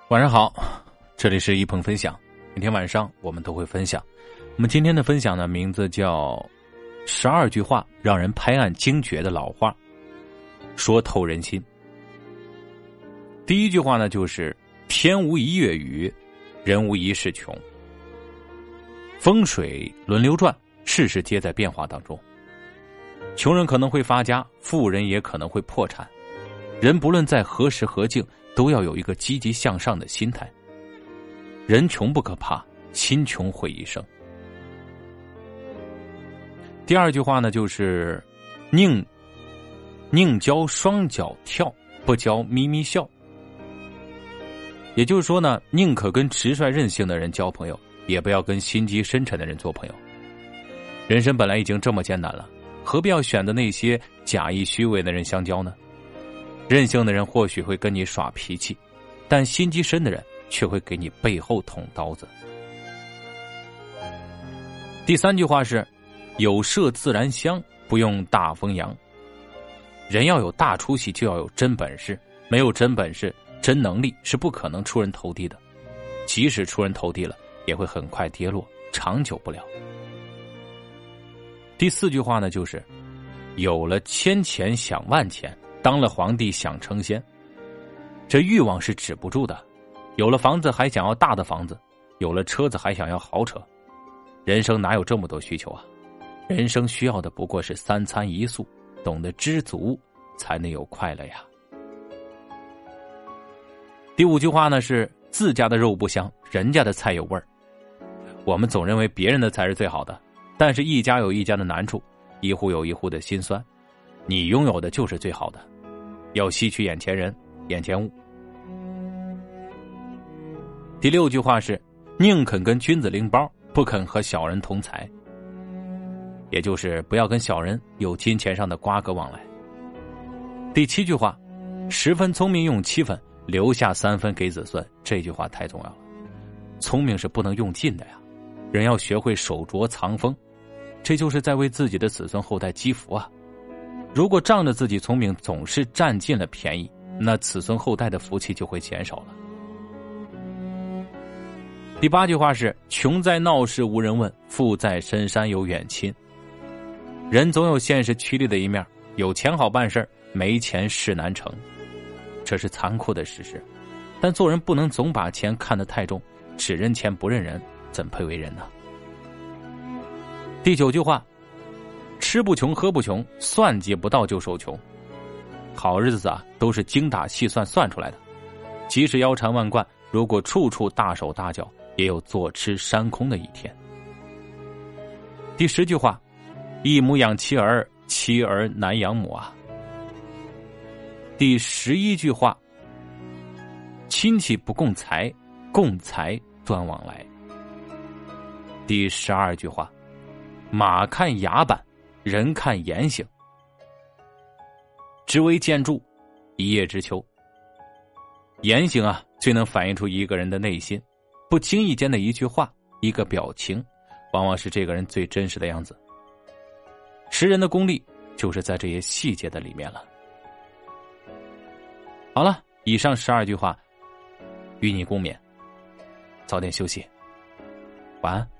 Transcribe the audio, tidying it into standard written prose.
晚上好，这里是一鹏分享。每天晚上我们都会分享。我们今天的分享呢，名字叫12句话让人拍案惊绝的老话，说透人心。第一句话呢，就是天无一月雨，人无一世穷。风水轮流转，事事皆在变化当中。穷人可能会发家，富人也可能会破产。人不论在何时何境，都要有一个积极向上的心态。人穷不可怕，心穷毁一生。第二句话呢，就是宁教双脚跳，不教咪咪笑。也就是说呢，宁可跟直率任性的人交朋友，也不要跟心机深沉的人做朋友。人生本来已经这么艰难了，何必要选择那些假意虚伪的人相交呢？任性的人或许会跟你耍脾气，但心机深的人却会给你背后捅刀子。第三句话是有麝自然香，不用大风扬。人要有大出息，就要有真本事，没有真本事真能力是不可能出人头地的，即使出人头地了也会很快跌落，长久不了。第四句话呢，就是有了千钱想万钱，当了皇帝想成仙。这欲望是止不住的，有了房子还想要大的房子，有了车子还想要豪车。人生哪有这么多需求啊？人生需要的不过是三餐一宿，懂得知足才能有快乐呀。第五句话呢，是自家的肉不香，人家的菜有味儿。我们总认为别人的才是最好的，但是一家有一家的难处，一户有一户的辛酸。你拥有的就是最好的，要吸取眼前人眼前物。第六句话是宁肯跟君子拎包，不肯和小人同财。也就是不要跟小人有金钱上的瓜葛往来。第七句话10分聪明用7分，留下3分给子孙。这句话太重要了，聪明是不能用尽的呀，人要学会手镯藏锋，这就是在为自己的子孙后代积福啊。如果仗着自己聪明总是占尽了便宜，那子孙后代的福气就会减少了。第八句话是穷在闹市无人问，富在深山有远亲。人总有现实趋利的一面，有钱好办事，没钱事难成，这是残酷的事实。但做人不能总把钱看得太重，只认钱不认人，怎配为人呢？第九句话吃不穷喝不穷，算计不到就受穷。好日子啊，都是精打细算算出来的。即使腰缠万贯，如果处处大手大脚，也有坐吃山空的一天。第10句话一母养妻儿，妻儿难养母啊。第11句话亲戚不共财，共财断往来。第12句话马看牙板，人看言行。知微见著，一叶知秋。言行啊，最能反映出一个人的内心。不经意间的一句话，一个表情，往往是这个人最真实的样子。识人的功力就是在这些细节的里面了。好了，以上12句话与你共勉，早点休息，晚安。